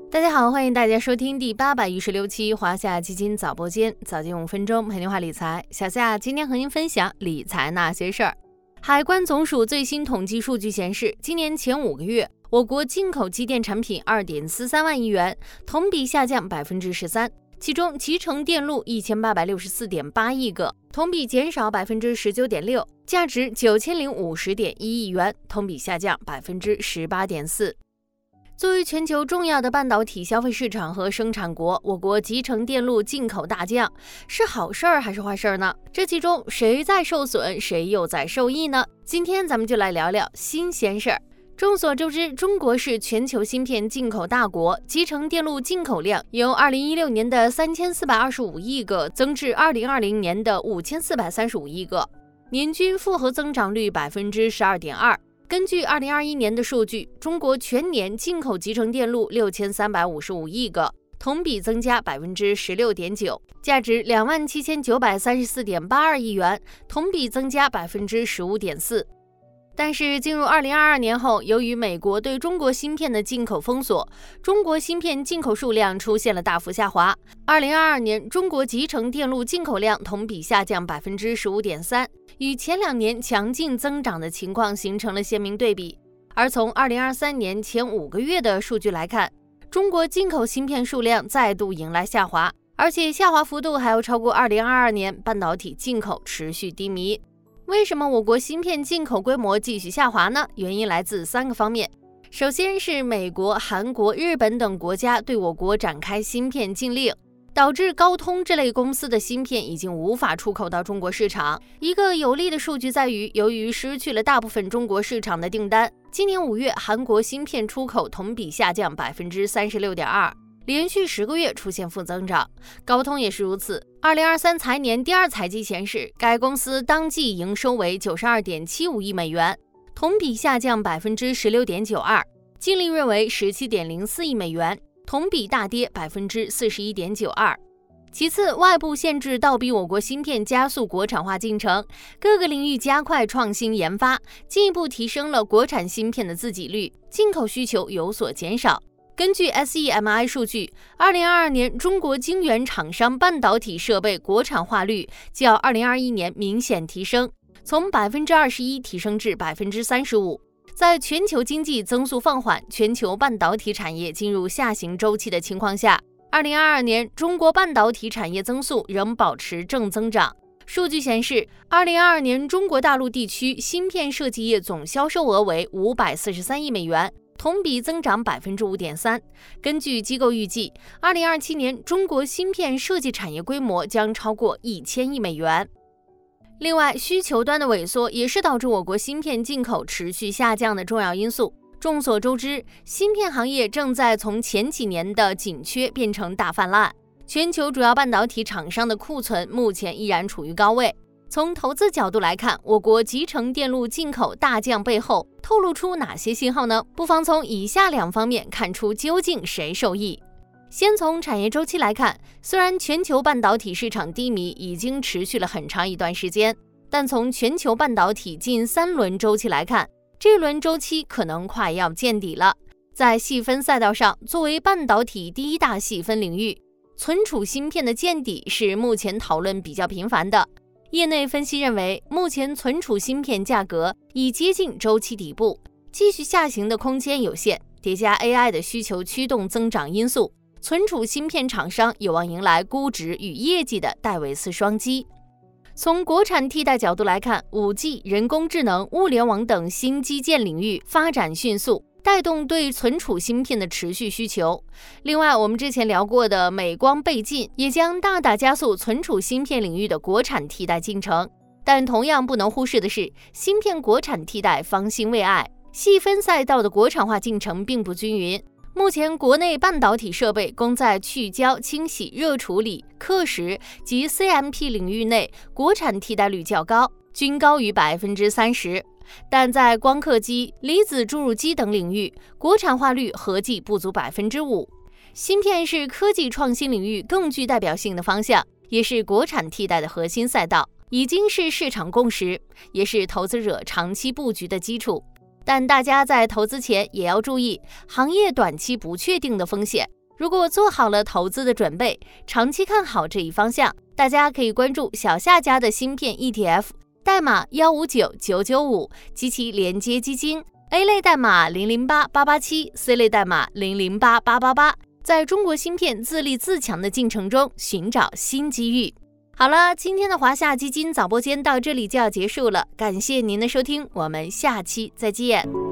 大家好，欢迎大家收听第816期华夏基金早播间，早间5分钟陪您话理财。小夏今天和您分享理财那些事儿。海关总署最新统计数据显示，今年前5个月，我国进口机电产品2.43万亿元，同比下降13%，其中集成电路1864.8亿个，同比减少19.6%，价值9050.1亿元，同比下降18.4%。作为全球重要的半导体消费市场和生产国，我国集成电路进口大降，是好事儿还是坏事儿呢？这其中谁在受损，谁又在受益呢？今天咱们就来聊聊新鲜事儿。众所周知，中国是全球芯片进口大国，集成电路进口量由2016年的3425亿个增至2020年的5435亿个，年均复合增长率12.2%。根据2021年的数据，中国全年进口集成电路6355亿个，同比增加16.9%，价值27934.82亿元，同比增加15.4%。但是进入2022年后，由于美国对中国芯片的进口封锁，中国芯片进口数量出现了大幅下滑。2022年中国集成电路进口量同比下降15.3%，与前2年强劲增长的情况形成了鲜明对比。而从2023年前5个月的数据来看，中国进口芯片数量再度迎来下滑，而且下滑幅度还要超过2022年半导体进口持续低迷。为什么我国芯片进口规模继续下滑呢？原因来自3个方面。首先是美国、韩国、日本等国家对我国展开芯片禁令，导致高通这类公司的芯片已经无法出口到中国市场。一个有利的数据在于，由于失去了大部分中国市场的订单，今年5月韩国芯片出口同比下降36.2%，连续10个月出现负增长。高通也是如此。2023财年第2财季显示，该公司当季营收为92.75亿美元，同比下降16.92%，净利润为17.04亿美元，同比大跌41.92%。其次，外部限制倒逼我国芯片加速国产化进程，各个领域加快创新研发，进一步提升了国产芯片的自给率，进口需求有所减少。根据 SEMI 数据，2022年中国晶圆厂商半导体设备国产化率较2021年明显提升，从21%提升至35%。在全球经济增速放缓、全球半导体产业进入下行周期的情况下，2022年中国半导体产业增速仍保持正增长。数据显示，2022年中国大陆地区芯片设计业总销售额为543亿美元，同比增长5.3%。根据机构预计，2027年中国芯片设计产业规模将超过1000亿美元。另外，需求端的萎缩也是导致我国芯片进口持续下降的重要因素。众所周知，芯片行业正在从前几年的紧缺变成大泛滥，全球主要半导体厂商的库存目前依然处于高位。从投资角度来看，我国集成电路进口大降背后透露出哪些信号呢？不妨从以下2方面看出究竟谁受益。先从产业周期来看，虽然全球半导体市场低迷已经持续了很长一段时间，但从全球半导体近3轮周期来看，这轮周期可能快要见底了。在细分赛道上，作为半导体第1大细分领域，存储芯片的见底是目前讨论比较频繁的。业内分析认为，目前存储芯片价格已接近周期底部，继续下行的空间有限，叠加 AI 的需求驱动增长因素，存储芯片厂商有望迎来估值与业绩的戴维斯双击。从国产替代角度来看， 5G、人工智能、物联网等新基建领域发展迅速，带动对存储芯片的持续需求。另外，我们之前聊过的美光倍镜也将大大加速存储芯片领域的国产替代进程。但同样不能忽视的是，芯片国产替代方兴未艾，细分赛道的国产化进程并不均匀。目前国内半导体设备供在去焦、清洗、热处理、刻蚀及 CMP 领域内国产替代率较高，均高于30%，但在光刻机、离子注入机等领域，国产化率合计不足5%。芯片是科技创新领域更具代表性的方向，也是国产替代的核心赛道，已经是市场共识，也是投资者长期布局的基础。但大家在投资前也要注意行业短期不确定的风险， 如果做好了投资的准备，长期看好这一方向，大家可以关注小夏家的芯片 ETF， 代码159995及其连接基金 A 类代码008887 ，C 类代码008888，在中国芯片自立自强的进程中寻找新机遇。好了，今天的华夏基金早播间到这里就要结束了，感谢您的收听，我们下期再见。